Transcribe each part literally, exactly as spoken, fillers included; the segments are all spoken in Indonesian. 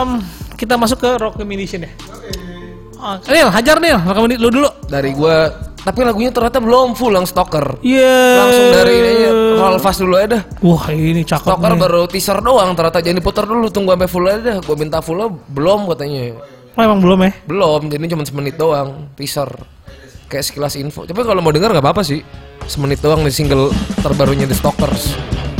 Um, kita masuk ke recommendation ya. Oh, Nil, hajar Nil, recommendation lu dulu. Dari gua, tapi lagunya ternyata belum full yang Stalker. Iya. Yeah. Langsung dari ini aja, roll fast dulu aja dah. Wah ini cakep. Stalker nih. baru teaser doang, ternyata jangan diputar dulu, tunggu sampai full aja dah. Gua minta fullnya belum katanya. Oh emang belum ya? Belum, jadi cuma semenit doang, teaser. Kayak sekilas info. Tapi kalau mau denger nggak apa-apa sih. Semenit doang nih single terbarunya The Stalkers.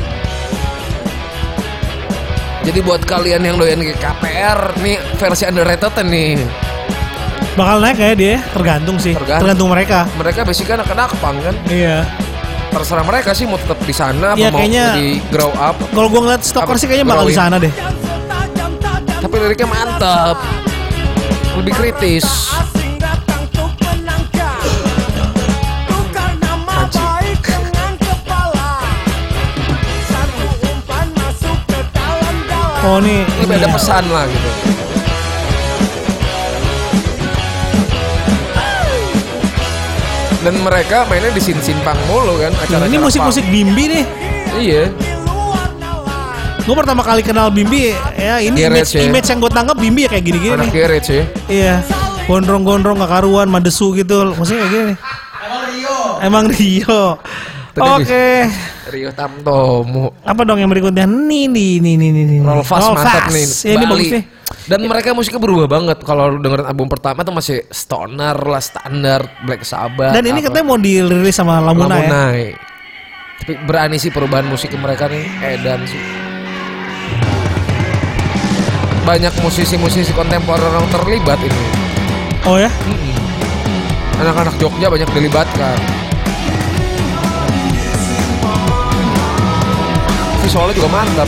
Jadi buat kalian yang doyan K P R nih versi underrated nih. Bakal naik ya dia, tergantung sih. Tergantung, tergantung mereka. Mereka basicnya anak-anak punk kan. Iya. Terserah mereka sih mau tetap di sana ya, apa kayaknya, mau di grow up. Kalau gua ngeliat Stalker sih kayaknya bakal di sana deh. Tapi liriknya mantap. Lebih kritis. Oh nih, ini beda ya. Pesan lah gitu. Dan mereka mainnya di sin-sin pang mulu kan acara-acara. Ini musik-musik Bimbi nih. Iya. Gue pertama kali kenal Bimbi ya ini image, ya. image yang gue tangkap Bimbi ya kayak gini-gini. Anak garage ya. Iya. Gondrong-gondrong gak karuan, madesu gitu. Maksudnya kayak gini. Emang Rio. Emang Rio. Oke. Okay. Rio Tamtomo. Apa dong yang berikutnya? Nih nih nih nih nih. Roll fast Roll mantap nih. Ya, ini bagus nih. Dan mereka musiknya berubah banget. Kalau lu dengerin album pertama tuh masih stoner lah, standar, Black Sabbath. Dan ini apa. katanya mau dirilis sama Lamuna Lamunai. ya. Tapi berani sih perubahan musik mereka nih. Edan sih. Banyak musisi-musisi kontemporer yang terlibat ini. Oh ya? Mm-mm. Anak-anak Jogja banyak dilibatkan. Visualnya juga mantap.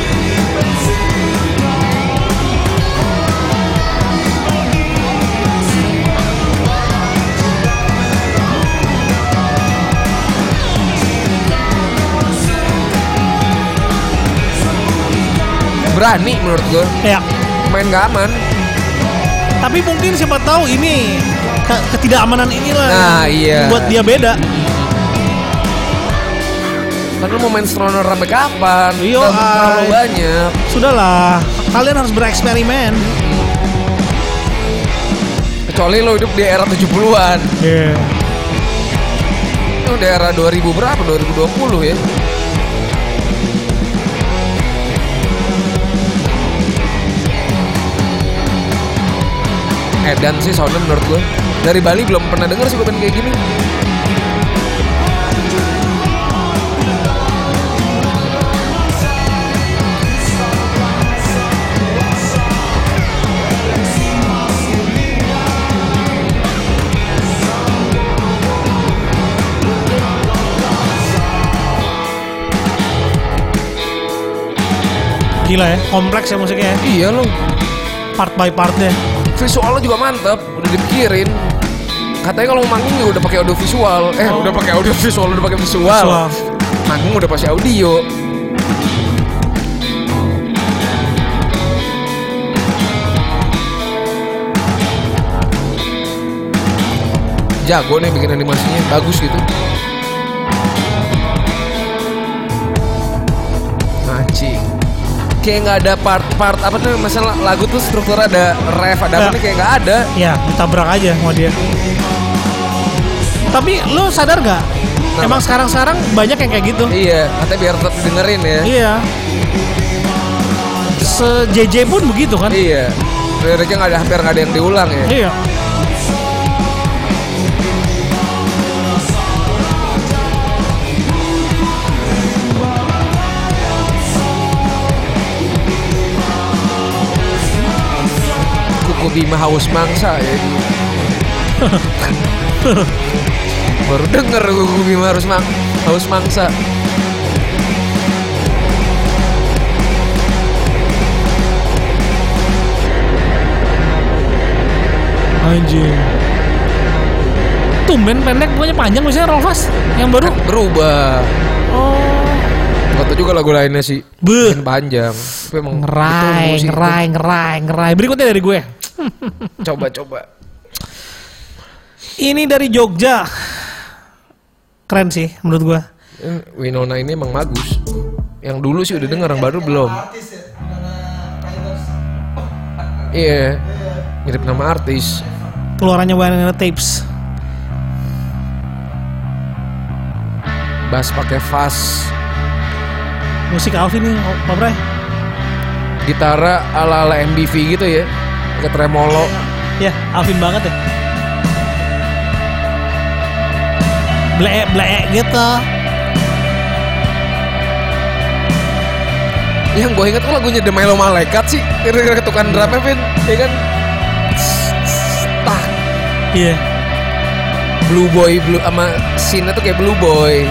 Berani menurut gue. Ya. Main gak aman. Tapi mungkin siapa tahu ini ke- ketidakamanan inilah nah, iya. buat dia beda. Kan lu mau main stoner sampai kapan? Yo, Gak terlalu banyak. Sudahlah, kalian harus bereksperimen. Kecuali lo hidup di era tujuh puluhan. Iya. Yeah. Itu di era dua ribu berapa? dua ribu dua puluh ya. Edan sih soundnya menurut gue. Dari Bali belum pernah denger sih gue band kayak gini. Gila ya, kompleks ya musiknya ya. Iya loh. Part by partnya. Visualnya juga mantap, udah dipikirin. Katanya kalau mau manggung ya udah pakai audio visual. Eh, oh. udah pakai audio visual, udah pakai visual. visual. Manggung udah pasti audio. Jago nih bikin animasinya, bagus gitu. Anjing. Kayak nggak ada part-part apa tuh masalah lagu tuh struktur ada ref ada apa nih kayak nggak ada. Ya ditabrak aja sama dia. Tapi lu sadar nggak? Emang sekarang-sekarang banyak yang kayak gitu. Iya, katanya biar tetap dengerin ya. Iya. Se-J J pun begitu kan? Iya. Liriknya nggak ada hampir nggak ada yang diulang ya. Iya. Bima haus mangsa ya. Baru denger gue Bima harus mang haus mangsa. Anjing. Tumben pendek pokoknya panjang misalnya roll fast yang baru kan berubah. Oh. Gak tau juga lagu lainnya sih. Beuh. Panjang. Tapi emang ngerai, ngerai, ngerai, ngerai. Berikutnya dari gue. Coba-coba. Ini dari Jogja. Keren sih menurut gue. Winona ini emang bagus. Yang dulu sih udah denger, yang baru belum. Iya. Mirip nama artis. Keluarannya Banana Tapes. Bass pakai fuzz. Musik Alvin nih, Pak Bray. Gitara ala-ala M B V gitu ya. Pakai tremolo. Ya, Alvin banget ya. Blek-blek gitu. Yang gue inget tuh lagunya The Milo Malaikat sih. Kira-kira ketukan drumnya, Vin. Ya kan? Tah. Iya. Yeah. Blue Boy, blue sama scene tuh kayak Blue Boy.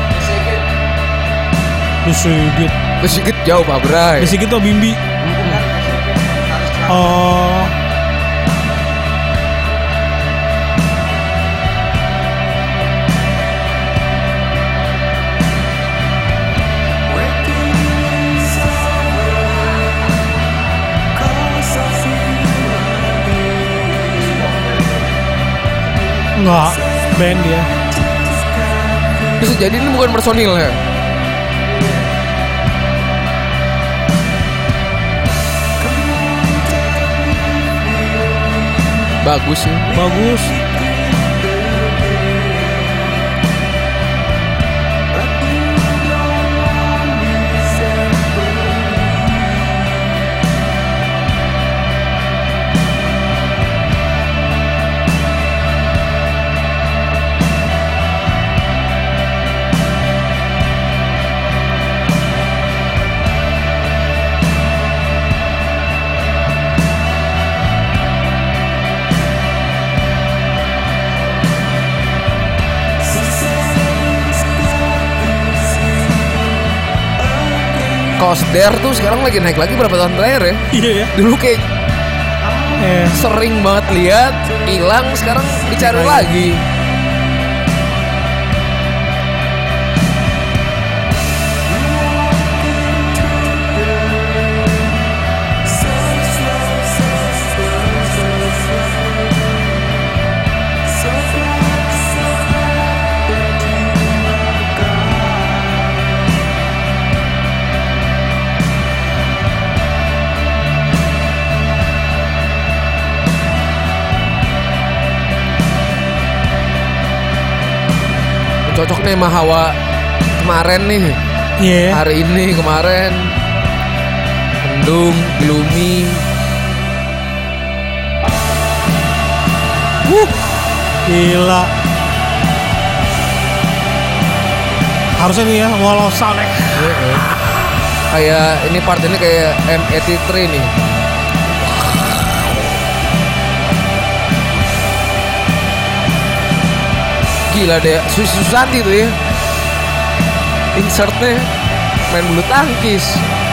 The Sigit. The Sigit jauh Pak Bray. The Sigit tuh Bimbi. Oh. Enggak, band dia. Bisa jadi ini bukan personil ya? Bagus sih. Bagus. Kosder tuh sekarang lagi naik lagi berapa tahun terakhir ya? Iya ya. Dulu kayak eh. sering banget lihat, hilang, sekarang dicari Ayo. lagi. Cocok nih sama hawa kemarin nih. Iya. Yeah. Hari ini kemarin mendung, gloomy. Wuh, gila. Harusnya nih ya, walau sound ya. Kayak ini part ini kayak M delapan puluh tiga nih. Gila deh, Susi Susanti tuh ya. Insertnya main bulu tangkis.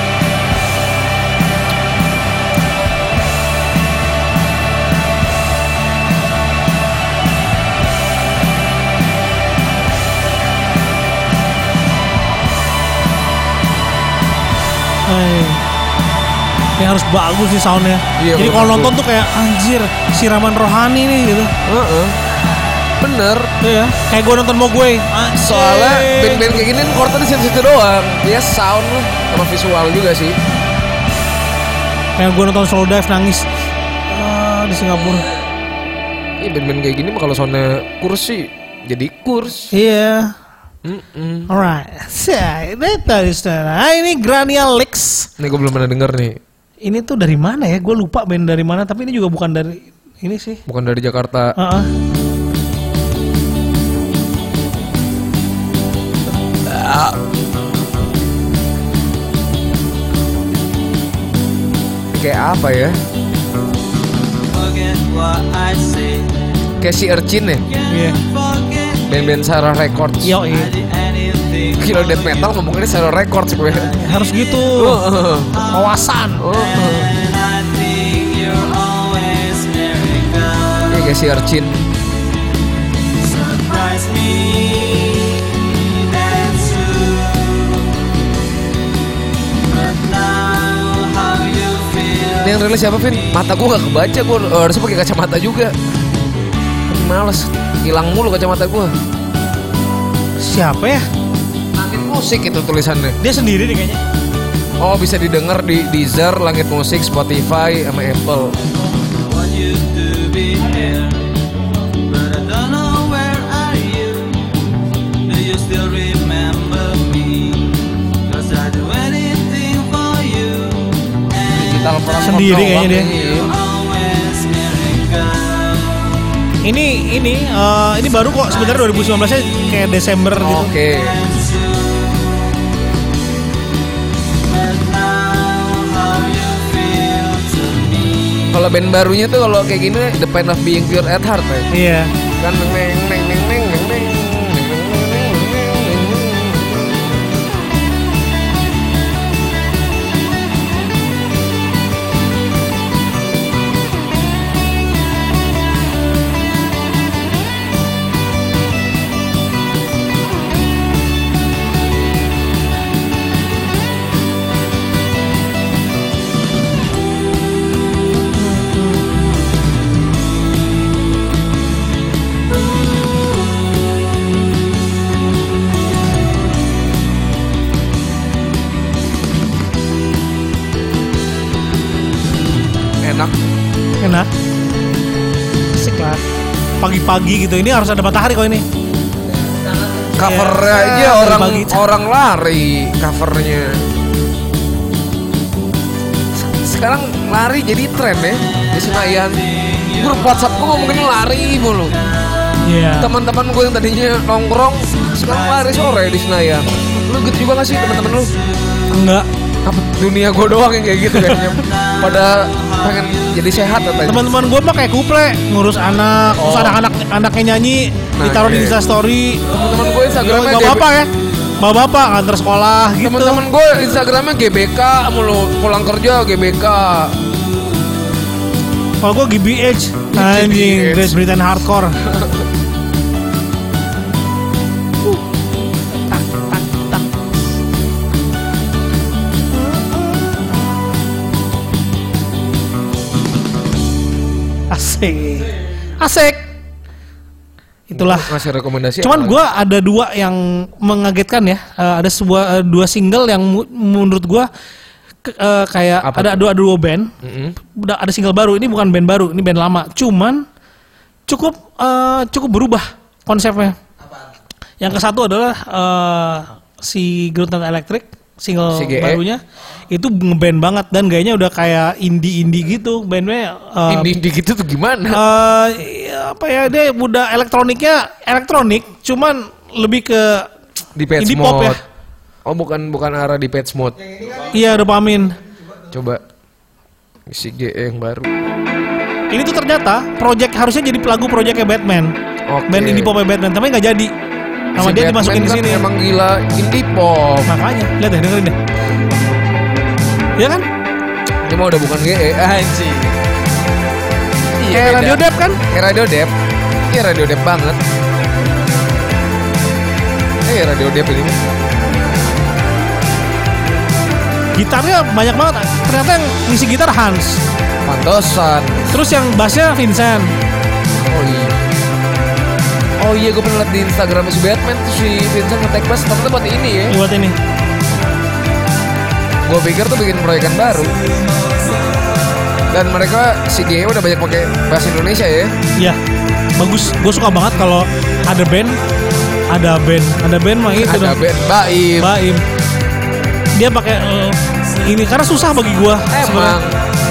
Hai. Ini harus bagus sih soundnya. Iya, jadi kalau nonton tuh kayak anjir siraman rohani nih gitu. Uh-uh. Bener. Iya. Kayak gue nonton mau gue. Soalnya band-band kayak gini chordnya di situ doang. Dia sound lah sama visual juga sih. Kayak gue nonton Solo Dive nangis uh, di Singapura. Iya band-band kayak gini mah kalau soundnya kurs sih jadi kurs. Iya. Mm-mm. Alright. Nah ini Granial Licks. Ini gue belum pernah denger nih. Ini tuh dari mana ya? Gue lupa band dari mana. Tapi ini juga bukan dari ini sih. Bukan dari Jakarta. Uh-uh. Kayak apa ya? Kayak si Urchin ya? Iya. Band-band Sarah Records. Yo, iya. Kilo death metal ngomongnya Sarah Records gue. Harus gitu. Kawasan. Iya kayak si Urchin. Ini yang rilis siapa, Vin? Mata gue gak kebaca, gue harusnya pakai kacamata juga. Tapi males, hilang mulu kacamata gue. Siapa ya? Angin musik itu tulisannya. Dia sendiri nih kayaknya. Oh bisa didengar di Deezer, Langit Musik, Spotify, sama Apple. Digital sendiri kayaknya dia. Ini ini uh, ini baru kok sebenarnya dua ribu sembilan belas-nya kayak Desember gitu. Oke. Okay. Kalau band barunya tuh kalau kayak gini The Pain of Being Pure at Heart ya. Iya. Kan neng neng neng neng neng neng. Enak, asik lah. Pagi-pagi gitu, ini harus ada matahari kok ini. Covernya ya, aja orang pagi. orang lari covernya. Sekarang lari jadi tren ya di Senayan. Grup WhatsApp gue mungkin lari mulu. Iya. Yeah. Teman-teman gue yang tadinya nongkrong sekarang lari sore di Senayan. Lu gitu juga gak sih teman-teman lu? Enggak. Apa dunia gue doang yang kayak gitu kayaknya. Pada pengen jadi sehat katanya. Teman-teman gue mah kayak kuple ngurus anak, oh. Terus anak-anak anaknya nyanyi, nah, ditaruh iya. Di Insta story. Teman-teman gue Instagramnya bapak-bapak ya, bapak-bapak nganter sekolah gitu. Teman-teman gue Instagramnya G B K, mulu pulang kerja G B K. Kalau gue G B H, anjing, Great Britain Hardcore. Asik, asik. Itulah. Ngasih rekomendasi. Cuman gue ada dua yang mengagetkan ya. Uh, ada sebuah uh, dua single yang mu- menurut gue ke, uh, kayak apa ada dua dua band. Mm-hmm. Ada single baru. Ini bukan band baru, ini band lama. Cuman cukup uh, cukup berubah konsepnya. Apa? Yang ke satu adalah uh, si Grounded Electric, single C G E. Barunya. Itu ngeband banget dan gayanya udah kayak indie-indie gitu bandnya. Uh, indie-indie gitu tuh gimana? Uh, ya, apa ya dia udah elektroniknya elektronik, cuman lebih ke indie pop ya. Oh bukan bukan arah di Depeche Mode. Iya Dopamin. Coba C G E yang baru. Ini tuh ternyata project harusnya jadi lagu projectnya Batman. Okay. Band indie popnya Batman, tapi nggak jadi. Sama si dia Batman dimasukin ke sini. Kan emang gila indie pop. Makanya lihat deh dengerin deh. Ya kan? Ini mah udah bukan G E anjing. Iya, kayak Radio Dep kan? Kayak Radio Dep. Iya Radio Dep banget. Iya Radio Dep ini. Gitarnya banyak banget. Ternyata yang ngisi gitar Hans. Pantosan. Terus yang bassnya Vincent. Oh iya. Oh iya gue pernah liat di Instagram si Batman tuh si Vincent nge-tag bass ternyata buat ini ya. Buat ini. Gue pikir tuh bikin proyekan baru. Dan mereka si G E udah banyak pakai bahasa Indonesia ya. Iya. Bagus. Gue suka banget kalau ada band, ada band, ada band mah itu. Ada band Baim. Baim. Dia pakai uh, ini karena susah bagi gue. Emang.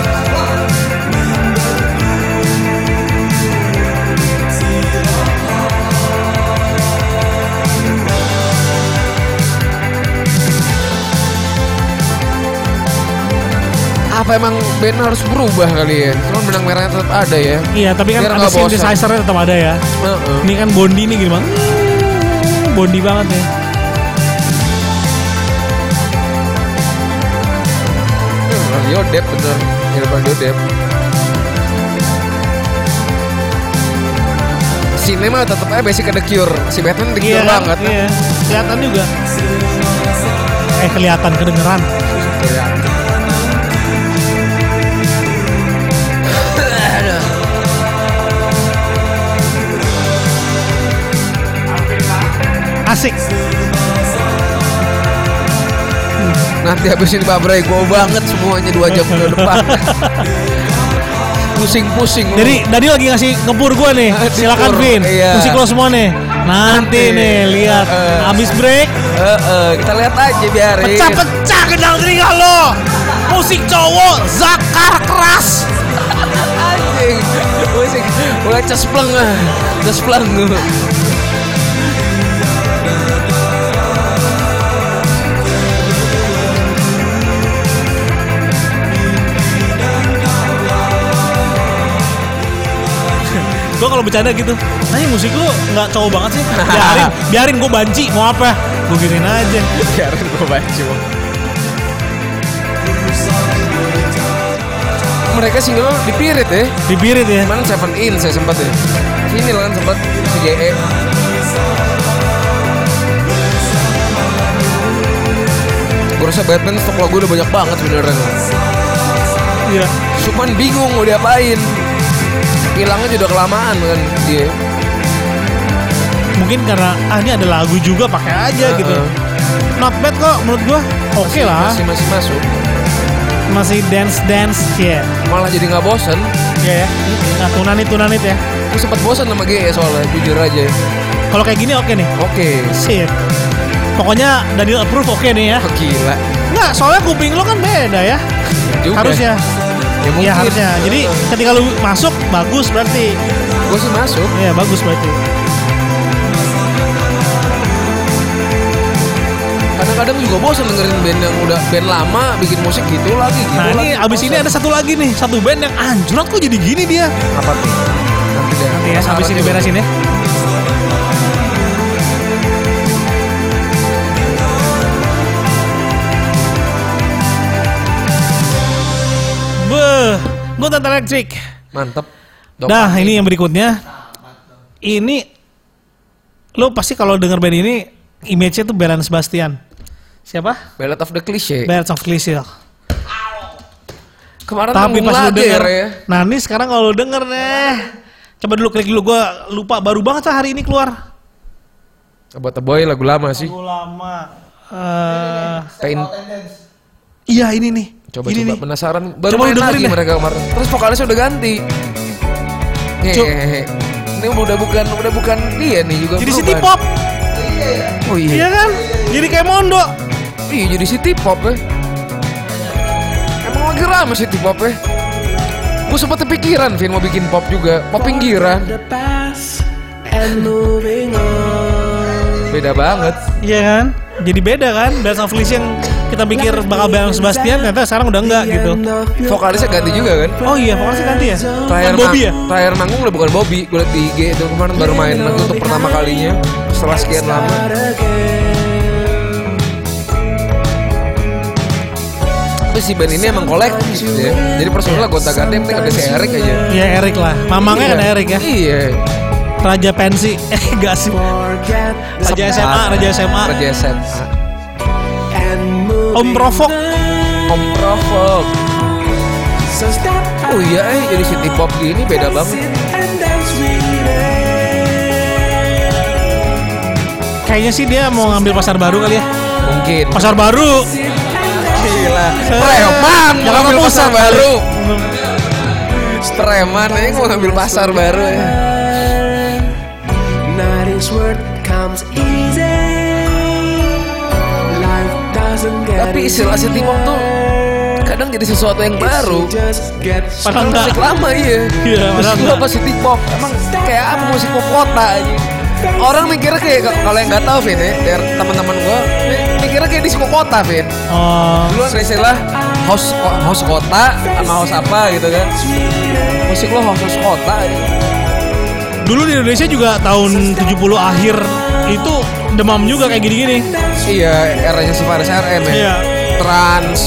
Apa emang band harus berubah kali ya? Cuman benang merahnya tetap ada ya. Iya, tapi kan biar ada synthesizer-nya tetap ada ya. Uh-uh. Ini kan Bondi nih gimana? Bondi banget nih. Radio Dep bener, Radio Dep. Cinema tetap aja basic ada Cure. Si Batman The Cure banget. Iya, kelihatan juga. Eh kelihatan kedengeran. Kelihatan. Asik. Hmm. Nanti habis ini babrai gue banget semuanya dua jam ke depan. Pusing-pusing. Jadi Daniel lagi ngasih ngepur gue nih. Silakan Vin. Iya. Musik lo semua nih. Nanti, Nanti. nih lihat uh, abis break. Uh, uh, kita lihat aja biarin. Pecah-pecah gendang telinga lo. Musik cowok zakar keras. Anjing. Musik gue cespleng ah. Cespleng. Gue kalau bercanda gitu, nanya musik lu nggak cowok banget sih. Biarin, biarin gue banci, mau apa? Gue giniin aja. Biarin gue banci. Mereka single di Pirit ya? Di Pirit ya? Mana Seven In saya sempat ya? Sini lah kan sempat C J E. Gue rasa Batman stok lagu udah banyak banget beneran. Iya. Cuman bingung mau diapain. Hilangnya juga kelamaan kan dia. Mungkin karena ah ini ada lagu juga pakai aja uh, gitu. Not bad kok menurut gua. Oke okay lah. Masih masih masuk. Masih dance dance ya. Yeah. Malah jadi nggak bosen. Iya yeah, ya. Nah tunanit tunanit ya. Gue sempat bosen sama G E soalnya jujur aja. Kalau kayak gini oke okay nih. Oke. Okay. Sip. Pokoknya Daniel approve oke okay nih ya. Oh, gila. Nggak soalnya kuping lo kan beda ya. Juga. Harusnya. Ya, ya harusnya. Jadi ketika lu masuk bagus berarti. Gue sih masuk. Iya bagus berarti. Kadang-kadang juga bosan dengerin band yang udah band lama bikin musik gitu lagi. Gitu nah lagi, ini abis bosen. Ini ada satu lagi nih, satu band yang anjlok kok jadi gini dia. Apa tuh? Nanti deh. Nanti ya habis ini beresin ya. Goat Electric. Mantep. Nah ini yang berikutnya. Ini lo pasti kalau denger band ini image-nya tuh Belle Sebastian. Siapa? Ballad of the Cliché. Ballad of the Cliché. Kemarin tapi pas lu denger ya. Nah ini sekarang kalau lu denger nih. Coba dulu klik dulu, gue lupa baru banget sah hari ini keluar. About the Boy lagu lama sih. Lagu lama. Uh, Pain. Iya ini nih. Coba-coba coba penasaran baru coba main lagi deh. mereka kemarin. Terus vokalisnya udah ganti. Hehehe. Ini udah bukan udah bukan dia nih juga. Jadi city pop. Oh iya. Iya kan? Jadi kayak Mondo. Iya jadi city pop ya. Emang lagi rame city pop ya. Gue sempet kepikiran Vin mau bikin pop juga, pop pinggiran. Beda banget. Iya kan? Jadi beda kan? Band of Felicia yang kita pikir bakal Belle Sebastian ternyata sekarang udah enggak gitu. Vokalisnya ganti juga kan? Oh iya, vokalisnya ganti ya? Terakhir Bobby ya? Terakhir manggung udah bukan Bobby. Gue liat di I G itu kemarin baru main lagi untuk pertama kalinya setelah sekian lama. Tapi si band ini emang kolektif ya. Jadi personalnya gonta-ganti yang penting ada si Eric aja. Iya Eric lah. Mamangnya iya. Kan Eric ya? Iya. Raja pensi. Eh gak sih. Raja S M A, Raja S M A. Raja S M A. Om Provok. Om Provok. Oh iya eh jadi city pop gini beda banget. Kayaknya sih dia mau ngambil pasar baru kali ya. Mungkin. Pasar baru. Gila. Preman mau ngambil pasar baru. Preman ini mau ngambil pasar baru ya. Tapi istilah city pop tuh kadang jadi sesuatu yang baru. Padahal musik lama iya. Iya, musik apa city pop? Emang kayak apa musik pop kota aja. Orang mikirnya kayak kalau yang nggak tahu Vin ya, dari teman-teman gue mikirnya kayak disco kota Vin. Oh. Dulu ada istilah house house kota sama house apa gitu kan. Musik lo house house kota. Aja. Dulu di Indonesia juga tahun tujuh puluh akhir itu demam juga kayak gini-gini. Iya, eranya si Faris R M ya. Iya. Trans.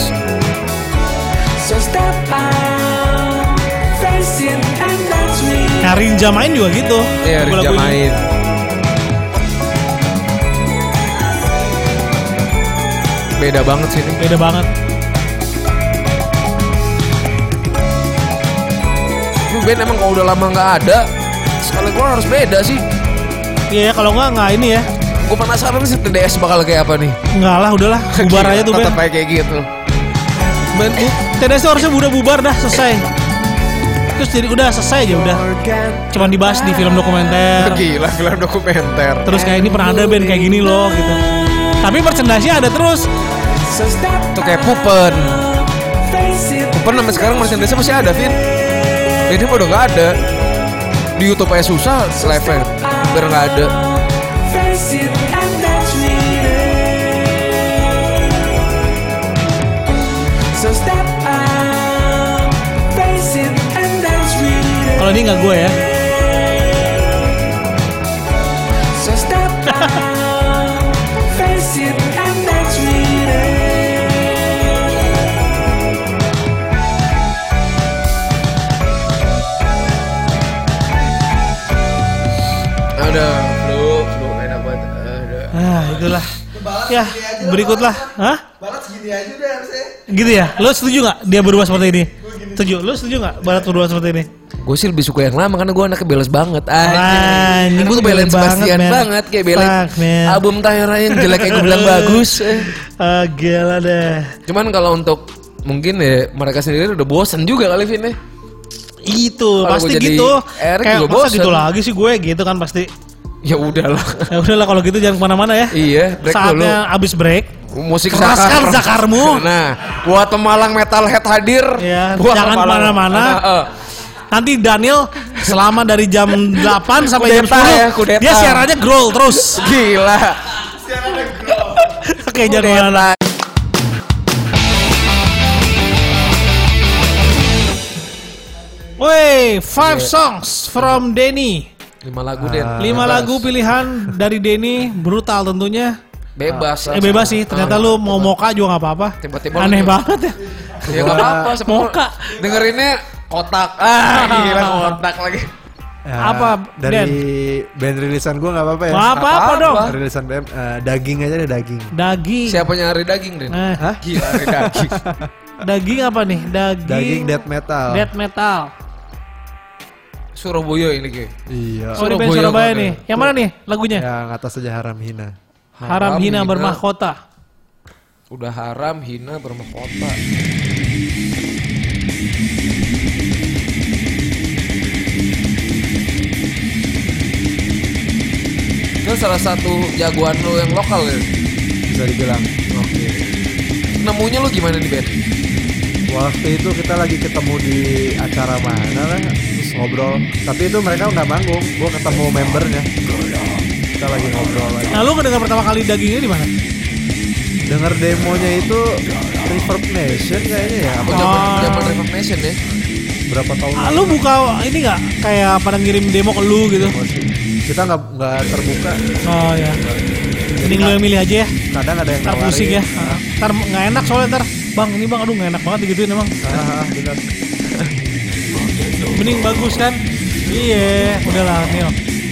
Nah, Rinja main juga gitu. Iya, Rinja main. Beda banget sih ini. Beda banget. Ini band emang kalau udah lama nggak ada, sekali keluar harus beda sih. Iya, kalau nggak nggak ini ya. Gue penasaran sih T D S bakal kayak apa nih. Enggak lah, udahlah. Bubar aja tuh, Ben. Tetap kayak gitu. Ben, T D S tuh harusnya udah bubar dah, selesai. Terus jadi udah selesai aja udah. Cuman dibahas di film dokumenter. Gila, film dokumenter. Terus kayak ini pernah ada band kayak gini loh gitu. Tapi merchandise-nya ada terus. Tuh kayak Pupen. Pupen sampai sekarang merchandise-nya masih ada, Vin. Ini udah gak ada. Di YouTube aja susah live-nya. Biar gak ada. Kalau ini nggak gue ya. Ada flu, flu enak banget. Ada. Ah, itulah. Ya, berikutlah. Hah? Barat segini aja udah harusnya. Gitu ya? Lo setuju nggak dia berubah seperti ini? Setuju? Lo setuju nggak Barat berubah seperti ini? Gue sih lebih suka yang lama karena gue anaknya balance banget. Anjing, gue tuh balance Sebastian banget, banget kayak balance. Album Tahira yang jelek kayak gue bilang bagus. Ah, gila deh. Cuman kalau untuk mungkin ya mereka sendiri udah bosan juga kali Vin ya. Itu Kalo pasti jadi gitu. Eric Kayak juga masa bosen. gitu lagi sih gue gitu kan pasti. Ya udahlah. Ya udahlah kalau gitu jangan kemana-mana ya. Iya, break Saatnya dulu. abis break. Musik Keraskan Zakar. zakarmu. Nah, buat Pemalang Metalhead hadir. Ya, Buat jangan Pemalang. kemana-mana. Nah, uh. Nanti Daniel selama dari jam delapan sampai jam Kudeta sepuluh ya, kudeta. dia siarannya growl terus. Gila. Oke, jangan kemana-mana. Woi, five songs from Denny. Lima lagu Den. Lima Bebas. lagu pilihan dari Denny, brutal tentunya. Bebas. Eh bebas sih, ternyata lu mau moka juga gak apa-apa. Tiba-tiba Aneh lu- banget ya. Ya gak apa-apa. sepuluh. Moka. Dengerinnya kotak. Ah, gila kotak lagi. Ya, Apa, dari Den? band rilisan gue nggak apa-apa ya. Apa apa Apa-apa. dong? Rilisan band eh, daging aja deh daging. Daging. Siapa nyari daging Den? Eh, Hah? Gila nyari daging. daging apa nih? Daging. Daging death metal. Death metal. Surabaya ini kayak. Iya. Oh, ini band Surabaya Surabaya kode. nih. Yang mana nih lagunya? Yang atas saja haram hina. Haram hina bermahkota. Udah haram hina bermahkota. Itu salah satu jagoan lo yang lokal ya? Bisa dibilang. Oke. Nemunya lo gimana nih Ben? Waktu itu kita lagi ketemu di acara mana lah, terus ngobrol. Tapi itu mereka nggak manggung. Gue ketemu membernya. Kita lagi ngobrol lagi. Nah, lu kedengar pertama kali dagingnya di mana? Denger demonya itu Reverb Nation kayaknya ya. Apa Oh, zaman zaman Reverb Nation ya? berapa tahun Ah, lu buka ini nggak kayak pada ngirim demo ke lu gitu? kita nggak nggak terbuka. Oh ya. Mending lu yang milih aja ya. Kadang ada yang Ntar nawarin. pusing ya. Ah, Ntar nggak enak soalnya ntar. Bang ini bang aduh nggak enak banget digituin emang. Ah, benar. Mending bagus kan? Iya, udahlah Nil.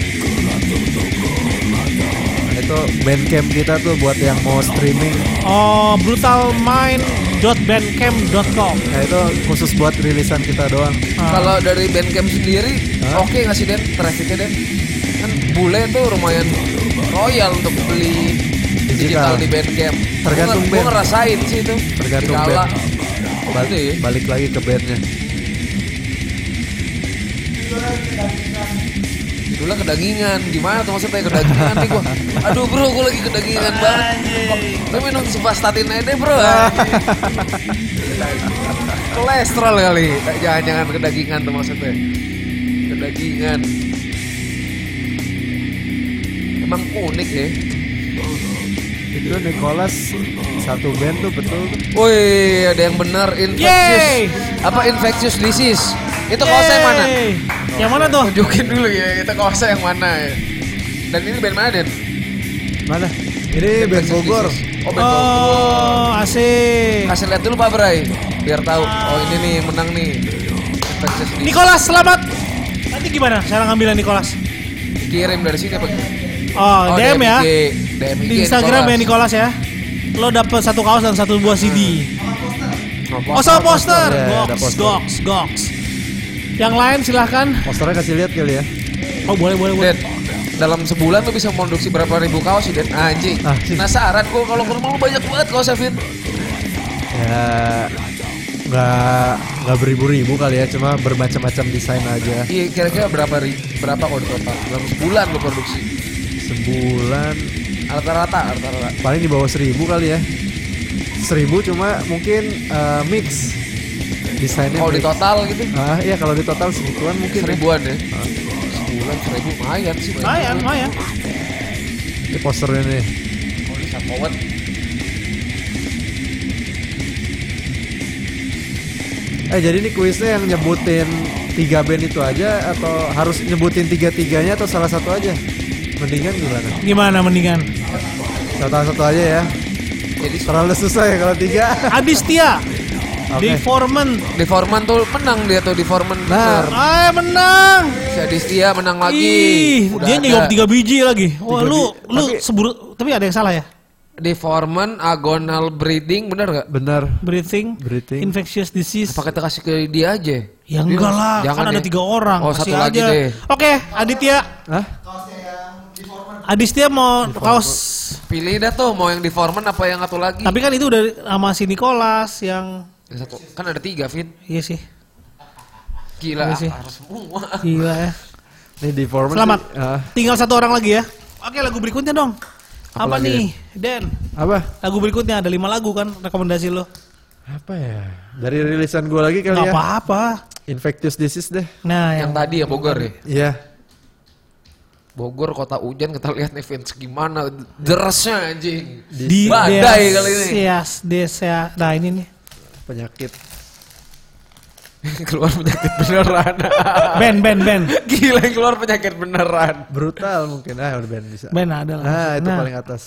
Itu bandcamp kita tuh buat yang mau streaming. Oh, brutalmind dot bandcamp dot com. Nah itu khusus buat rilisan kita doang. Ah. Kalau dari Bandcamp sendiri, Hah? oke nggak sih Den? Trafficnya Den? Kan bule tuh lumayan royal untuk beli digital, Digital. di Bandcamp. Tergantung Gue band. ngerasain sih itu. Tergantung Dikala. band. Oh, Bal- gitu ya? balik lagi ke bandnya. Itulah kedagingan. Gimana tuh maksudnya kedagingan nih gua? Aduh bro, gua lagi kedagingan banget. Lu minum Sivastatin aja deh bro. Kolesterol kali. Jangan-jangan kedagingan tuh maksudnya. Kedagingan. Emang unik ya. Itu Nicholas satu band tuh betul tuh. Woi, ada yang benar infectious. Apa infectious disease? Itu kaosnya yang mana? Yeay. Yang mana tuh? Tunjukin dulu ya, itu kaosnya yang mana ya. Dan ini band mana Den? Mana? Ini band Bogor. Oh, band Bogor. Oh, asik. Kasih lihat dulu Pak Bray, biar tahu. Oh ini nih yang menang nih. Infectious disease. Nicholas, selamat. Nanti gimana cara ngambilnya Nicholas? Kirim dari sini apa? Oh, D M ya. I G. D M I G Di Instagram ya Nicholas ya. Lo dapet satu kaos dan satu buah C D. Oh, sama poster. Ya, ada Goks, poster. goks, goks. Yang lain silahkan. Posternya kasih lihat kali ya. Oh, boleh, boleh, boleh. Den, dalam sebulan lu bisa produksi berapa ribu kaos sih, Den? Anjing. Ah. Penasaran gua kalau ke rumah lu banyak banget kaos, Vin. Ya nggak nggak beribu-ribu kali ya, cuma bermacam-macam desain aja. Iya, kira-kira berapa ri, berapa kalau total? Dalam sebulan lu produksi? Sebulan Rata-rata, rata-rata. paling di bawah seribu kali ya. Seribu cuma mungkin eh, mix desainnya. Kalau di mix. total gitu? Ah iya kalau di total segituan mungkin. Seribuan ya? Sebulan seribu lumayan sih. Lumayan, lumayan. Ini posternya nih. Oh, ini Sapowet. Eh jadi ini kuisnya yang nyebutin tiga band itu aja atau harus nyebutin tiga-tiganya atau salah satu aja? Mendingan gimana? Gimana mendingan? Satu-satu aja ya. Jadi Terlalu susah ya kalau tiga. Adistia. Oke. Deforman. Deforman tuh menang dia tuh Deforman. Nah. Bener. Eh menang. Si Adistia menang lagi. Ih, Udah dia ada. nyeyop tiga biji lagi. Wah, Tiga lu bi- lu tapi- seburu tapi ada yang salah ya? Deforman, agonal breathing, bener gak? Benar. Breathing, Breathing. infectious disease. Apa kita kasih ke dia aja? Ya Dia- enggak lah, jangan kan ada deh. tiga orang. Oh, Kasih satu lagi aja. deh. Oke, Aditya. Hah? Aditya mau kaos. Pilih dah tuh mau yang Deforman apa yang satu lagi. Tapi kan itu udah sama si Nicholas yang Yang satu, kan ada tiga, Vin. iya sih. Gila, Iya sih. harus semua. Gila ya. Nih Deforman. Selamat. sih, ah, Tinggal satu orang lagi ya. Oke, lagu berikutnya dong. Apa Apa, lagi, nih, Den? apa? Lagu berikutnya ada lima lagu kan rekomendasi lo. Apa ya? Dari rilisan gue lagi kali Gak ya. apa-apa. Infectious disease deh. Nah, Yang yang tadi ya Bogor ya. Iya. Bogor kota hujan, kita lihat nih Vince gimana derasnya anjing. di badai kali ini. Yes, desa. Nah, ini nih. Penyakit. Keluar penyakit beneran. Ben, Ben, Ben. Gila yang keluar penyakit beneran. Brutal mungkin. Ah udah band bisa. Ben ada lah. Nah itu paling atas.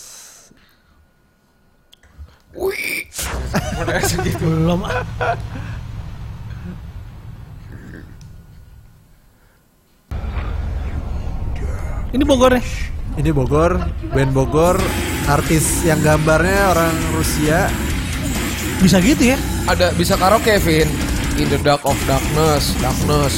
Wih. Udah segitu. Belum. ah. Ini Bogor nih. Ini Bogor. Band Bogor. Artis yang gambarnya orang Rusia. Bisa gitu ya? Ada bisa karaoke Vin. In the dark of darkness, darkness.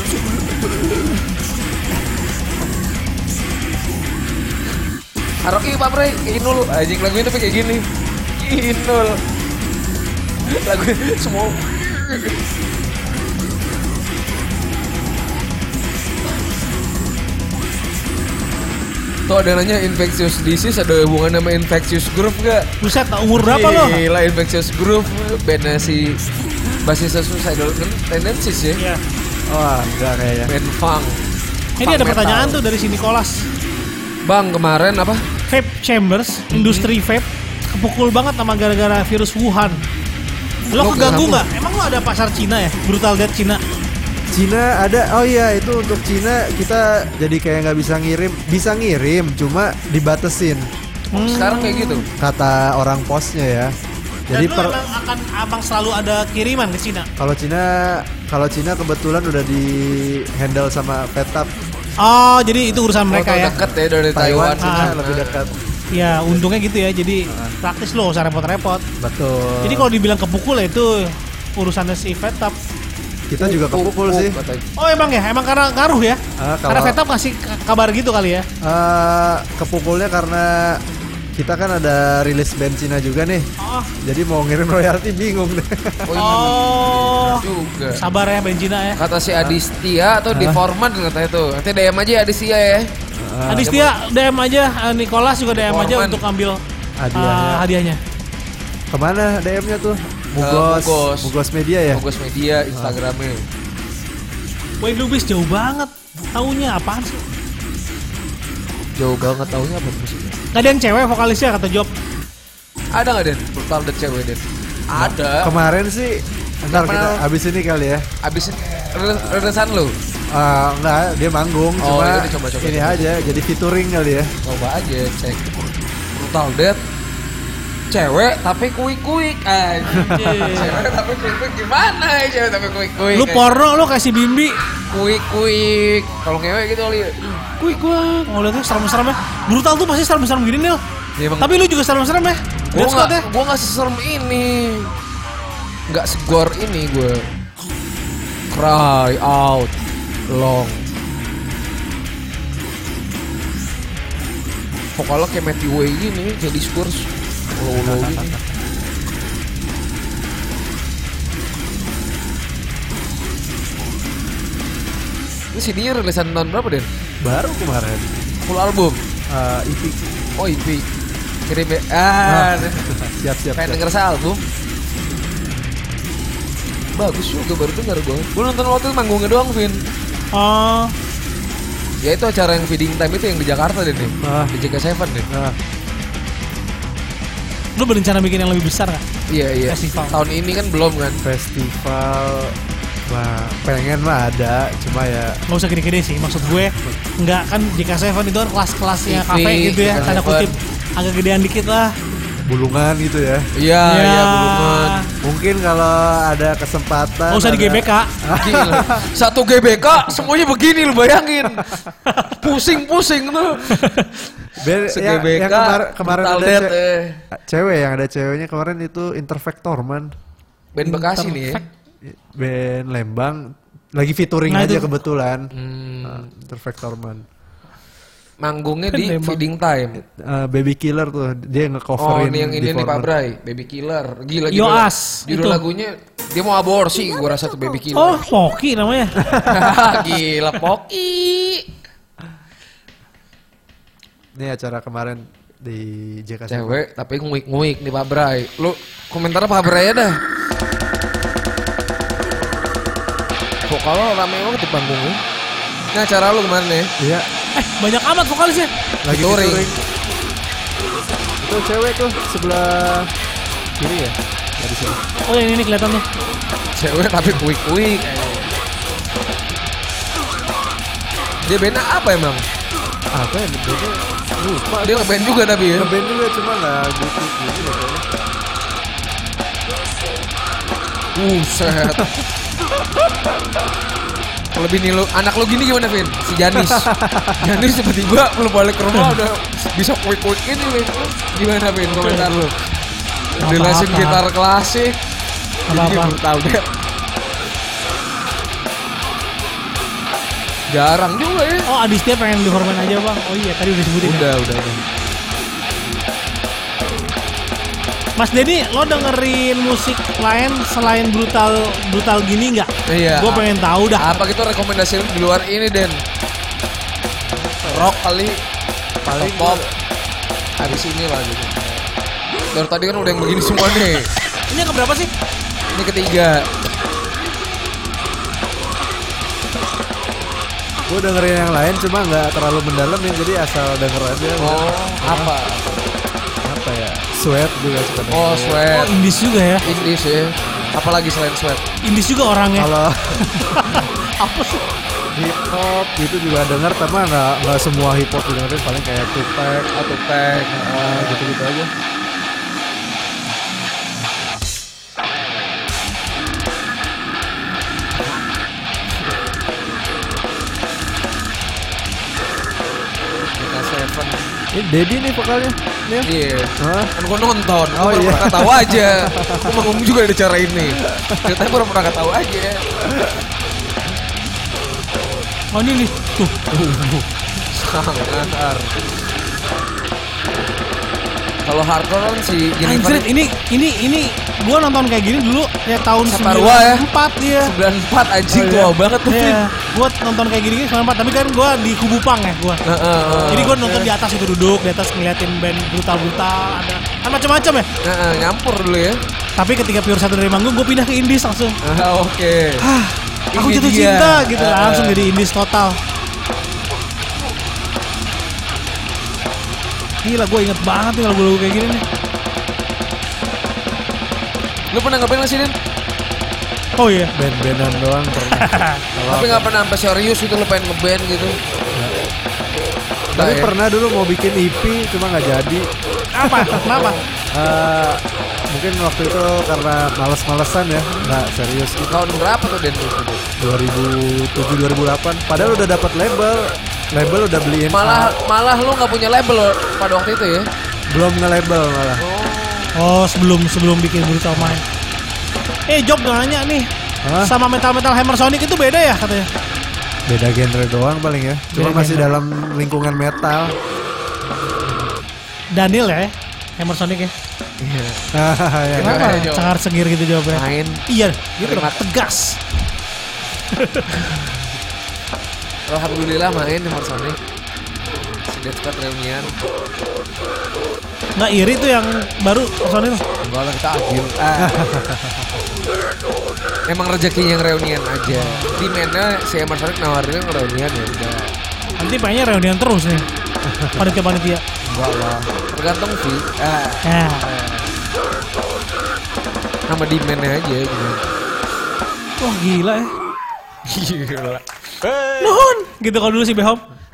Karaoke Pak Bre, Inul, anjing lagu itu kayak gini. Inul. Lagu semua. Tuh ada nanya infectious disease ada hubungan sama infectious groove gak? Buset, umur berapa lo? Gila infectious groove bandnya si basisnya Suicidal Tendencies ya. Iya. Wah enggak kayaknya. Band funk. Ini Funk ada metal. pertanyaan tuh dari si Nicholas. Bang kemarin apa? Vape Chambers, industri vape, kepukul banget sama gara-gara virus Wuhan. Lo Lo keganggu kenapa? nggak? Emang lo ada pasar Cina ya? Brutal Death Cina. Cina ada. Oh iya itu untuk Cina kita jadi kayak nggak bisa ngirim. Bisa ngirim cuma dibatesin. Hmm. Sekarang kayak gitu. Kata orang posnya ya. Dan Jadi lo per, emang akan abang selalu ada kiriman ke Cina. kalau Cina kalau Cina kebetulan udah di handle sama Petap. Oh, jadi itu urusan mereka Oh, ya? deket ya dari Taiwan Taiwan. Cina Ah. lebih dekat. Ya, untungnya gitu ya. Jadi praktis lo, usah repot-repot. Betul. Jadi kalau dibilang kepukul ya itu urusannya si Vetap. kita juga kepukul sih. katanya. Oh emang ya? Emang karena ngaruh ya? Ah, kalau- Karena Vetap ngasih k- kabar gitu kali ya? Eh, kepukulnya karena kita kan ada rilis band Cina juga nih. Oh, Jadi mau ngirim royalti bingung deh. Oh, iya, oh. juga. Sabar ya Benjina ya. Kata si Adistia atau Deforman katanya tuh. Nanti D M aja ya Adistia ya. Ah, Adistia D M aja, eh, Nicholas juga D M aja Forman. untuk ambil Hadiahnya. eh, hadiahnya. Kemana D M-nya tuh? Eh, Mugos, Mugos. Mugos Media ya. Fokus media Instagramnya. Wayne Lubis jauh banget. Taunya apaan sih? Jauh banget taunya apa musiknya. Gak ada yang cewek vokalisnya kata Job. Ada nggak Den? Brutal the cewek Den. Ada. Kemarin sih, ntar kita Kenal. abis ini kali ya. Abis renesan lu. Ah, enggak, dia manggung, Oh, cuma iya, coba, coba, ini coba. aja, jadi featuring kali ya. Coba aja cek. Brutal Death. Cewek tapi kuik-kuik anjing. Cewek tapi kuik-kuik gimana ya cewek tapi kuik-kuik. Lu porno lu kasih Bimbi. Kuik-kuik. Kalau ngewek gitu kali. Kuik-kuik. Mau lihatnya serem-serem ya. Brutal tuh pasti serem-serem gini Nil. Ya, emang- Tapi lu juga serem-serem ya. Gue Lihat nggak, squadnya. gue nggak seserem ini, nggak segor ini gue. Cry out long. Vokalnya kayak Matthew Way gini, kayak Discourse. Ulu-ulu gini. Ini C D-nya rilisan tahun berapa, Den? Baru kemarin. Full album? Uh, E P. Oh, E P. Kirim ya. Ah, Nah, siap siap. pengen siap. denger se-album. Bagus juga, baru denger gue. Gue nonton waktu itu manggungnya doang, Vin. Oh, Ya itu acara yang Feeding Time itu yang di Jakarta deh nih. Ah. Di J K tujuh deh. Nah, lu berencana bikin yang lebih besar nggak? Iya iya. Festival. Tahun ini kan belum kan. festival mah pengen mah ada, cuma ya Nggak usah gede-gede sih, maksud gue nggak kan J K tujuh itu kan kelas-kelasnya T V, kafe gitu ya, J K tanda tujuh. kutip agak gedean dikit lah. bulungan gitu ya. Iya Ya. iya bulungan. Mungkin kalau ada kesempatan. Nggak usah di ada- G B K. Gila. Satu G B K semuanya begini lu bayangin. Pusing-pusing tuh. Be- Se ya, G B K. yang kemar- kemarin Brutal ada Death, ce- eh. cewek yang ada ceweknya kemarin itu Interfactor man. Band Bekasi nih ya. Band Lembang lagi featuring Nah, aja itu- kebetulan. Hmm. Nah, Interfactor man. Manggungnya di Lembang. Feeding Time. Uh, Baby Killer tuh dia Oh nge-coverin ini yang ini nih Pak Deformer. Bray, Baby Killer. Gila gila. Yoas, Judul itu. lagunya dia mau aborsi gua rasa tuh Baby Killer. Oh, Poki namanya. Gila Poki. Ini acara kemarin di J K tujuh. Cewek tapi nguik-nguik nih Pak Bray. Lu komentarnya Pak Bray aja dah. Kok kalau rame banget di panggungnya. Ini acara lu kemana nih? Iya, Eh, banyak amat vokalisnya. lagi Touring. featuring. Itu cewek tuh sebelah kiri ya. Dari sini. Oh, yang ini kelihatan tuh. Cewek tapi kuik-kuik. Dia bandnya apa emang? Apa ya? Dia lupa. Dia ngeband juga tapi ya. Ngeband juga cuma nggak gitu gitu deh kayaknya. Buset. Lebih nih lu, anak lu gini gimana Vin? Si Janis. Janis tiba-tiba lu balik ke rumah udah bisa kuik-kuik ini Vin. Gimana Vin komentar lu? Apa-apa. Jelasin gitar klasik. Apa-apa. Jadi baru tahu deh. Jarang juga ya. Oh, Aditya pengen dihormat aja bang. Oh iya, tadi udah sebutin. Ya? Udah, udah, udah. Mas Denny, lo dengerin musik lain selain brutal brutal gini nggak? Iya. Gue pengen tahu dah. Apa gitu rekomendasi lu di luar ini Den? Rock kali, paling pop. Habis ini lah gitu. Dari tadi kan udah yang begini semua nih. Ini yang keberapa sih? Ini ketiga. Gue dengerin yang lain cuma nggak terlalu mendalam ya, jadi asal denger aja. Oh, apa? Apa ya? Sweat juga suka denger. Oh, Oh, Sweat. Indies juga ya. Indies ya. Apalagi selain Sweat? Indies juga orangnya. Kalau Apa sih? hip hop itu juga denger, tapi nggak nggak semua hip hop dengerin, paling kayak Tupac Atau Pack. ah, gitu-gitu aja. Seven. Ini Dedi nih vokalnya. Nih. Iya. Hah? Kan gue nonton, gue Oh, baru iya. pernah tahu aja. Gue manggung juga di acara ini. Ceritanya baru pernah tahu aja. Oh ini nih. Tuh. Sangat. Kalau hardcore kan si Jennifer Anjir, ini ini ini gue nonton kayak gini dulu ya tahun Saparua ya? empat ya. sembilan puluh empat anjing Oh, tua iya. banget tuh Vin. Iya, gue nonton kayak gini sembilan empat, tapi kan gue di kubu pang ya gue. Heeh, heeh. Jadi gue nonton di atas itu duduk, di atas ngeliatin band brutal-brutal, ada kan macam-macam ya. Heeh, nyampur dulu ya. Tapi ketika Pure satu dari manggung, gue pindah ke Indies langsung. Ah, Oke. Hah, aku Ini jatuh dia. cinta gitu, Eh, langsung eh. jadi Indies total. Gila, gue inget banget nih lagu-lagu kayak gini nih. Lu pernah ngapain nggak sih Den? Oh iya. Band-bandan doang pernah. Kalau Tapi nggak pernah sampai serius itu lu pengen ngeband gitu. Tapi Nggak ya? pernah dulu mau bikin E P cuma nggak jadi. Apa? Kenapa? Eh, mungkin waktu itu karena males-malesan ya, nggak serius. Tahun berapa tuh Den? dua ribu tujuh dua ribu delapan. Padahal udah dapat label, label udah beliin. Malah A- malah lu nggak punya label loh pada waktu itu ya? belum nge-label malah. Oh, sebelum sebelum bikin Brutal Mind. Eh, Job nanya nih. Hah? Sama metal-metal Hammer Sonic itu beda ya katanya? Beda genre doang paling ya. Cuma Beda masih genre. dalam lingkungan metal. Daniel ya, Hammer Sonic ya. Iya. Ya, Kenapa? Ayo, jawab. Sangar sengir gitu jawabnya. Main. Iya, gitu dong, Kalimat. tegas. Alhamdulillah main Hammer Sonic. Si Dead Squad reunian. Nggak iri tuh yang baru Sonic tuh. Enggak lah, kita adil. Ah. Emang rezekinya yang reunian aja. Di mana si Hammer Sonic nawarinnya reunian ya udah. Nanti pengennya reunian terus nih. Panitia-panitia. Enggak lah. Tergantung fee. Ah. Ya. Sama demand-nya aja gitu. Wah gila ya. Gila. Nuhun. Gitu kalau dulu si Behom.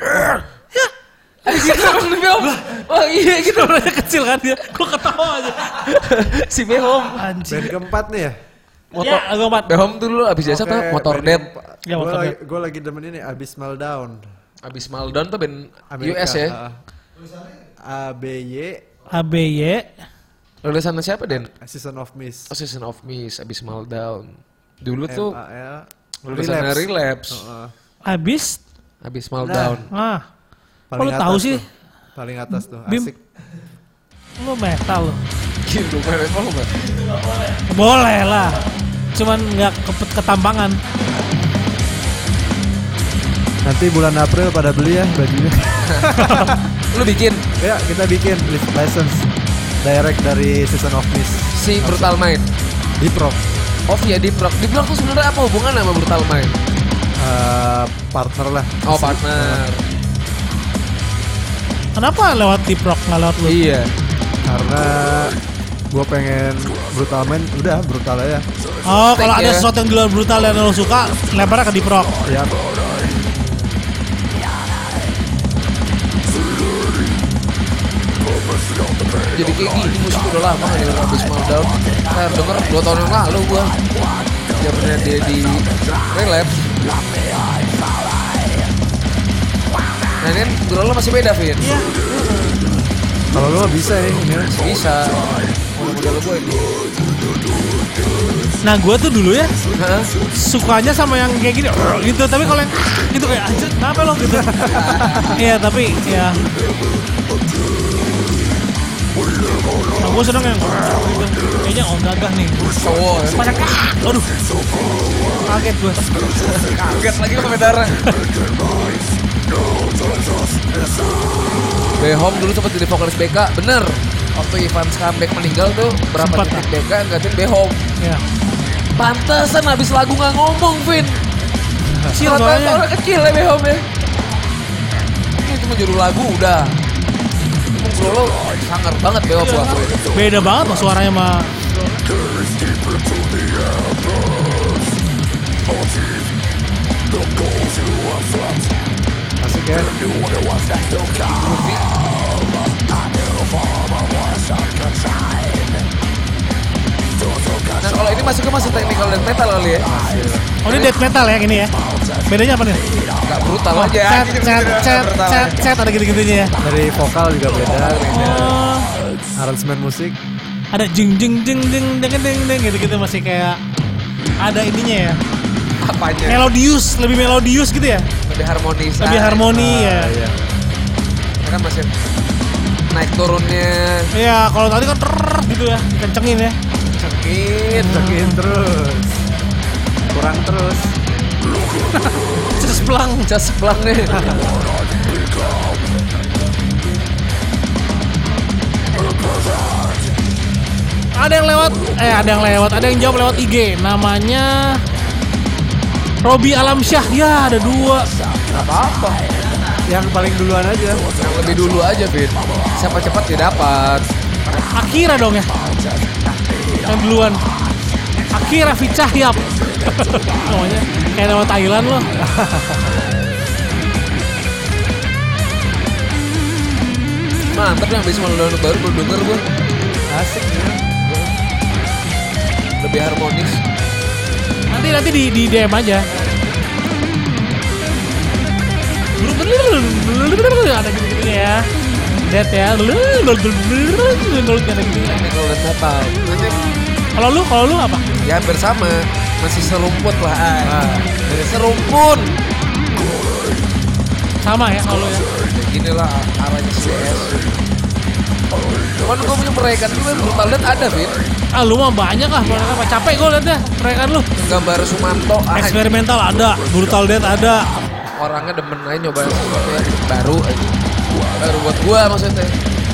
Gitu langsung di Behom. Oh iya gitu. Suaranya kecil kan dia. Gue ketawa aja. Si Behom. Anjir. Band keempat nih ya. Motor. Ya, agak empat. Behom tuh dulu abis jasa tuh Motor Dead. Ya, Gue Motor lagi, Dead. gue lagi demen ini Abyss Meltdown. Abis Maldon tuh band Amerika. U S ya. uh, A B Y A B Y. Lulusan siapa Den? Season of Mist. Oh, Season of Mist, abis Meltdown. Dulu tuh M A L lulusan Relapse. Uh, Habis. Abis Meltdown. Ah. Kok paling lu tahu atas sih? tuh. Paling atas tuh, Bim. asik. Lu metal lu. Gitu, main apa lu Mbak? Boleh lah. Cuman nggak ke- ketampangan. Nanti bulan April pada beli ya bajunya. Lu bikin Ya kita bikin license direct dari Season of Mist. si Brutal Mind. Di Pro. Oh iya di blog. Di blog tuh sebenarnya apa hubungan sama Brutal Mind? Uh, partner lah. Oh partner. Kenapa lewat Deep Rock nggak lewat lu? Iya. Karena gue pengen brutal man, udah brutal aja. Oh, kalau Take ada ya. sesuatu yang di luar brutal dan lo suka, lemparnya ke Deep Rock. Ya, Jadi kayak gini musik udah lama kan ya abis Meltdown. Saya denger dua tahun yang lalu gua. Zamannya dia di Relapse. Nah ini kan Growl masih beda Vin. Iya. kalau lu bisa ya ini. Bisa. Model gue ini. Nah, gue tuh dulu ya Hah? sukanya sama yang kayak gini gitu, tapi kalau yang gitu kayak anjir kenapa lo gitu. Iya, tapi ya. Nah, gue seneng yang gitu. Kayaknya oh gagah nih. Cowok ya. Banyak ah, aduh. Kaget gue. Kaget lagi komentarnya. Behom dulu sempat jadi vokalis B K, bener. Waktu Ivan Skambek meninggal tuh berapa Sempat, titik Pak. B K yang gantiin Behom. Ya. Pantesan habis lagu nggak ngomong, Vin. Kecil Rata-rata soalnya. orang kecil ya Behom ya. Ini cuma judul lagu udah. Emang Grolo sangar banget Behom gua akuin. Beda banget loh suaranya sama Asik ya. Nah kalau ini masuknya masih technical dan metal kali ya. oh ini death metal ya ini ya. Bedanya apa nih? Gak brutal Oh, aja. cet cet cet cet cet ada gitu-gitunya ya. Dari vokal juga beda. Oh, Aransemen musik. ada jeng jeng jeng jeng jeng jeng jeng gitu-gitu masih kayak ada ininya ya. Apanya? Melodius, lebih melodius gitu ya. Lebih harmonis. Lebih Ah, harmoni ya. Iya. Kan masih naik turunnya Iya, kalau tadi kan ter gitu ya, kencengin ya. sakit. Cekin terus. Kurang terus. Terus pelang. Cas pelang nih. Ada yang lewat, eh ada yang lewat, ada yang jawab lewat I G. Namanya Robi Alamsyah. Ya, ada dua. Apa-apa. Yang paling duluan aja. Yang lebih dulu aja, Vin. Siapa cepat dia dapat. Akira dong ya. Yang duluan. Akira Vicahyap. Namanya kayak nama Thailand loh. Mantap yang habis malu baru baru denger gue. Asik ya. Lebih harmonis. Nanti nanti di di D M aja. Ada gitu-gitu ya. Dead ya. Ada gitu. Technical dan metal. Nanti Kalau lu, kalau lu apa? ya hampir sama. Masih serumput lah. Ah. Serumpun. Sama ya kalau lu ya. Inilah arahnya C S. Cuman gue punya proyekan gue Brutal Death ada, Vin. Ah lu mah banyak lah, mereka capek gue liatnya, mereka lu. Gambar Sumanto. Ah, Eksperimental ada, Brutal Death ada. orangnya demen aja nyoba sesuatu yang baru aja. Baru buat gue maksudnya.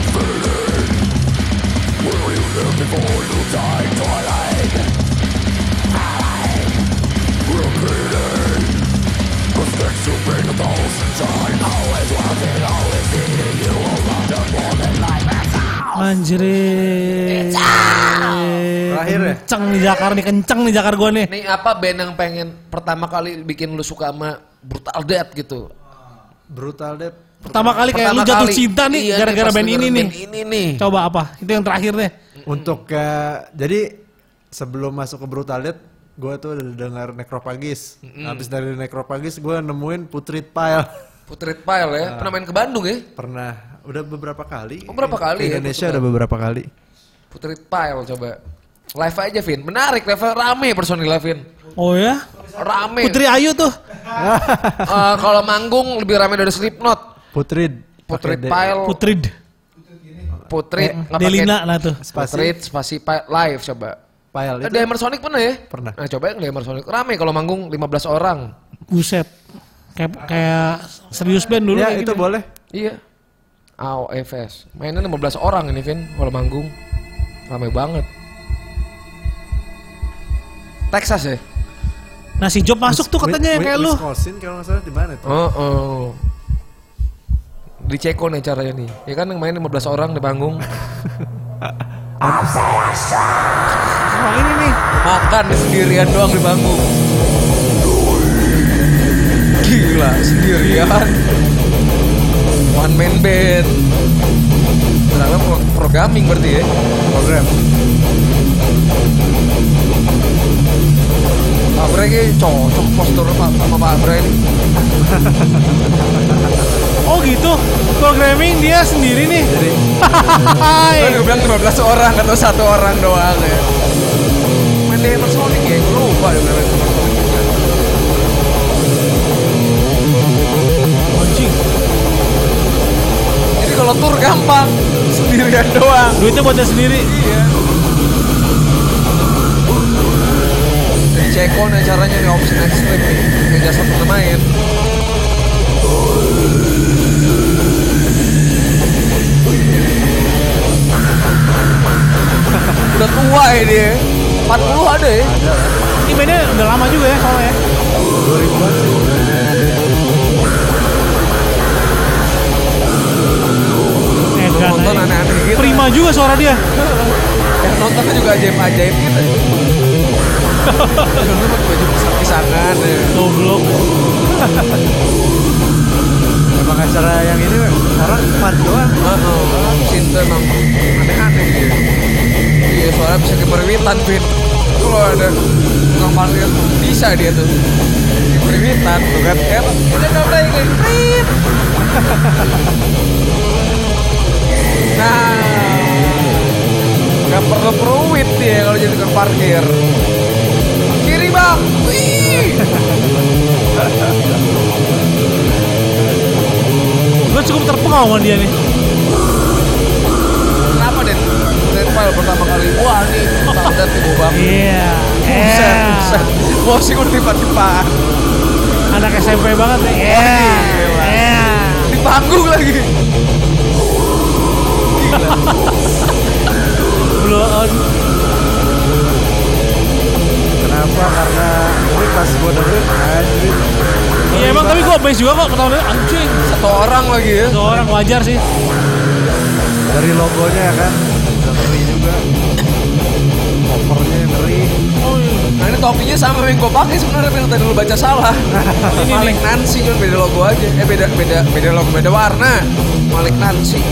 Anjir. Terakhir ya? Kenceng nih Jakar nih, kenceng nih Jakar gue nih. Nih apa band yang pengen pertama kali bikin lu suka sama Brutal Death gitu? Brutal Death. Pertama kali kayak Pertama lu jatuh kali. cinta nih Iya, gara-gara pas band ini denger nih. band ini nih. Coba apa? Itu yang terakhir deh. Untuk uh, jadi sebelum masuk ke Brutal Death, gue tuh udah dengar Necrophagus. Mm-mm. Habis dari Necrophagus gue nemuin Putrid Pile. Putrid Pile ya, pernah main ke Bandung ya? Pernah, udah beberapa kali. Oh, berapa kali Ke ya, Indonesia Putrid udah beberapa kali. Putrid Pile coba. Live aja Vin, menarik, live rame personil Vin. Oh ya? Rame. Putri Ayu tuh. Eh, kalau manggung lebih rame dari Slipknot. Putrid. Putrid Pakai D. Pile. Putrid. Putrid. nggak pakai Delina lah tuh. Spasi. Putrid, spasi Pile, live coba. Pile Eh, itu. di Hammer Sonic pernah ya? Pernah. Nah coba yang di Hammer Sonic. Rame kalau manggung lima belas orang. Buset. Kayak kayak serius band dulu Ya kayak itu gitu. boleh. Iya. A O F S. Mainnya lima belas orang ini Vin kalau manggung. Rame banget. Texas ya? Nah si Job masuk tuh katanya yang Wi- kayak lu. Wisconsin kalau nggak salah di mana tuh? Oh, oh. Di Ceko nih caranya nih. Ya kan yang main lima belas orang di panggung. Oh ini nih. Makan sendirian doang di panggung. Gila, sendirian. One man band. Ternyata pro- programming berarti ya. Program. Pak Bre ini cocok postur Pak- sama Pak Bre ini. Oh gitu. Programming dia sendiri nih. Jadi Kan gue bilang lima belas orang atau satu orang doang ya. Main di Hammer Sonic ya, gue lupa dia main di Hammer Sonic. Anjing. Jadi kalau tour gampang, sendirian doang. Duitnya buat dia sendiri. Iya. Di Ceko nih caranya nih opsi ekstrim nih, yang jasa pernah main. Udah tua ya dia, empat puluh ada ya. Ini bandnya udah lama juga ya soalnya ya. dua ribuan sih. Edan Nonton aja. aneh-aneh gitu. Prima juga suara dia. Yang nontonnya juga ajaib-ajaib gitu. Nonton pakai baju pisang-pisangan ya. Goblok. Emang acara yang ini orang fun doang. Oh, Sinta emang aneh-aneh dia. Iya, soalnya bisa keperiwitan, Vin. Kalau ada tukang parkir bisa dia tuh. Keperiwitan, tuh kan. Kayak, udah udah udah kayak prit. Nah, nggak perlu peruwit dia kalau jadi tukang parkir. Kiri bang, wih. Gue cukup terpengaruh sama dia nih. Kenapa Den? Red File pertama kali. Wah nih, udah tiba banget. Iya. Buset, Iya. buset. Wah sih gue tiba-tibaan. Anak S M P banget nih. Iya. Iya. Di panggung lagi. Blow on. Kenapa? Karena ini pas gue dengerin anjir. Iya emang tapi gue amazed juga kok pertama kali anjing. Satu orang lagi ya. Dua orang wajar sih. Dari logonya ya kan udah ngeri juga. Covernya ngeri. Oh iya. Nah ini topinya sama yang gue pakai sebenarnya yang tadi lu baca salah. Ini Malik nih. Nancy cuma beda logo aja. Eh beda beda beda logo beda warna. Malik Nancy.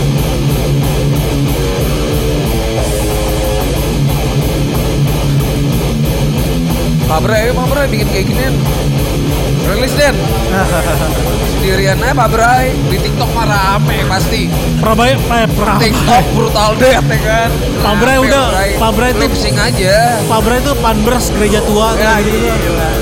Pak Bre, ayo Pak Bre bikin kayak ginian. Rilis Den. Sendirian aja Pak Bre. Di TikTok mah rame pasti. Prabaya, eh, Prabaya. TikTok Brutal Death ya kan. Pak Bre Rame, udah, Bre. Pak Bre tuh- lip sync aja. Pak Bray itu panbers gereja tua Ya gitu. gila.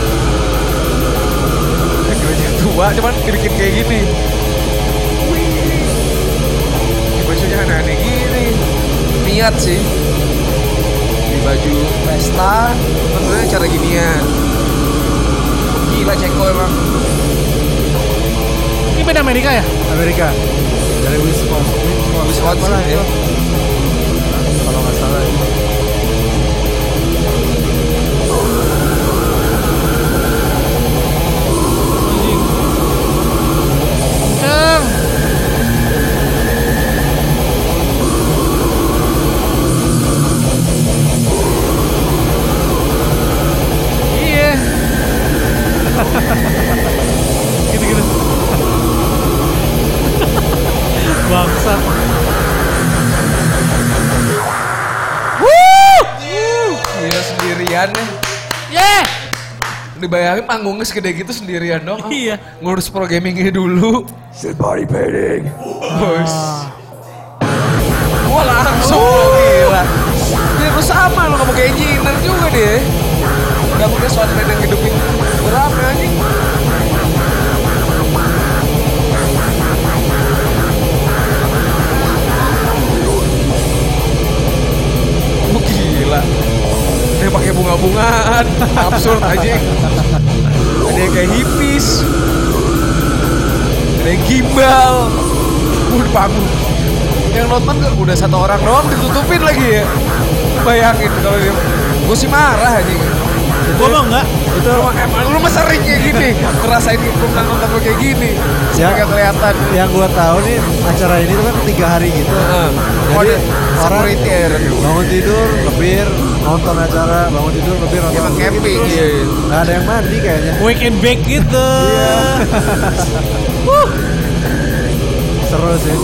Gereja tua cuman bikin kayak gini. Wih. Bajunya aneh-aneh gini. niat sih. Di baju pesta, sebenarnya cara ginian. Gila Ceko emang. Ini band Amerika ya? Amerika. Dari Wisconsin. Wisconsin Apalah ya. itu. Kalau nggak salah itu. Kenceng. Iya. Gitu-gitu. Bangsat. Wuh! Gila sendirian nih. Yeah! Dibayangin panggungnya segede gitu sendirian dong. Iya. Ngurus pro gamingnya dulu. Set body painting. Bos. Wah langsung lo gila. Dia lu sama lo gak pakai engineer juga dia. Gak pakai soundman yang hidupin berapa anjing. Oh gila. Dia pakai bunga-bungaan, absurd aja. Ada yang kayak hippies, ada yang gimbal, udah panggung. Yang nonton kan udah satu orang doang ditutupin lagi ya. Bayangin kalau dia, gue sih marah aja. Gua mau enggak? Itu emang, emang lu mah sering kayak gini, ngerasain nonton nonton lu kayak gini, Ya. nggak kelihatan. Yang gua tahu nih acara ini tuh kan tiga hari gitu. Heeh. Oh, Jadi dia orang security ya, Ren. bangun tidur, lebir, nonton acara, bangun tidur, lebir, nonton. Emang lebir, camping, terus iya, iya. nggak ada yang mandi kayaknya. Wake and bake gitu. Seru sih.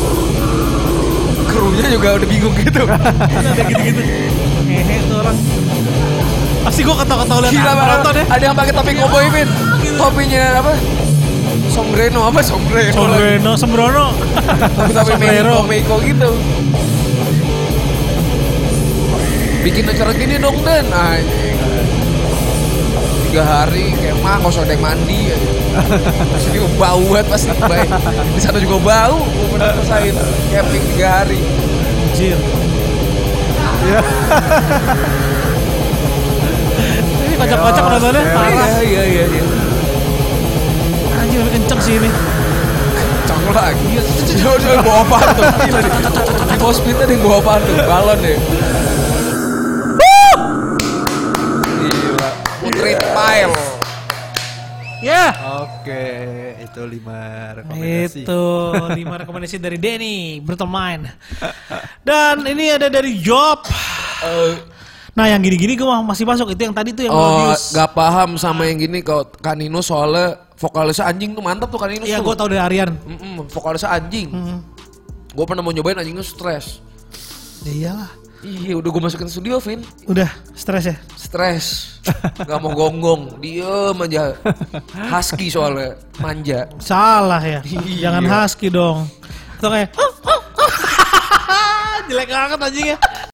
Krunya juga udah bingung gitu. Ada gitu-gitu. Hehe tuh orang. Pasti gua ketawa-ketawa liat Gila banget. penonton ya. Ada yang pakai topi cowboy, Min. Topinya apa? Sombrero apa? Sombrero. Sombrero, Sembrono. Topi-topi Sombrero. Meiko, Meiko gitu. Bikin acara gini dong, Den. Anjing. Tiga hari kayak mah nggak usah ada yang mandi aja. Pasti juga bau banget pasti. Baik. Di sana juga bau. Gue pernah rasain camping tiga hari. Anjir. Iya. Ini kocak-kocak penontonnya Iya, parah. Iya, iya, iya. iya. Anjir lebih kenceng sih ini. Cang lagi. Dia udah bawa apaan tuh? Gila deh. Di bawah speednya dia bawa apaan tuh? Balon deh. Gila. Putri Pile. Ya. Oke, itu lima rekomendasi. Itu lima rekomendasi dari Denny berteman. Dan ini ada dari Job. Nah yang gini-gini gue masih masuk. Itu yang tadi tuh yang Oh, Melodius. gak paham sama yang gini kalau Kanino soalnya vokalisnya anjing tuh mantap tuh Kanino. Iya tuh. gue tau dari Aryan. Mm-mm, vokalisnya anjing. Hmm. Gue pernah mau nyobain anjingnya stres. Ya iyalah. Iya udah gue masukin studio, Vin. Udah stres ya. Stres. Gak mau gonggong. Diem aja. Husky soalnya. Manja. Salah ya. Iya. Jangan husky dong. Atau kayak jelek banget anjingnya.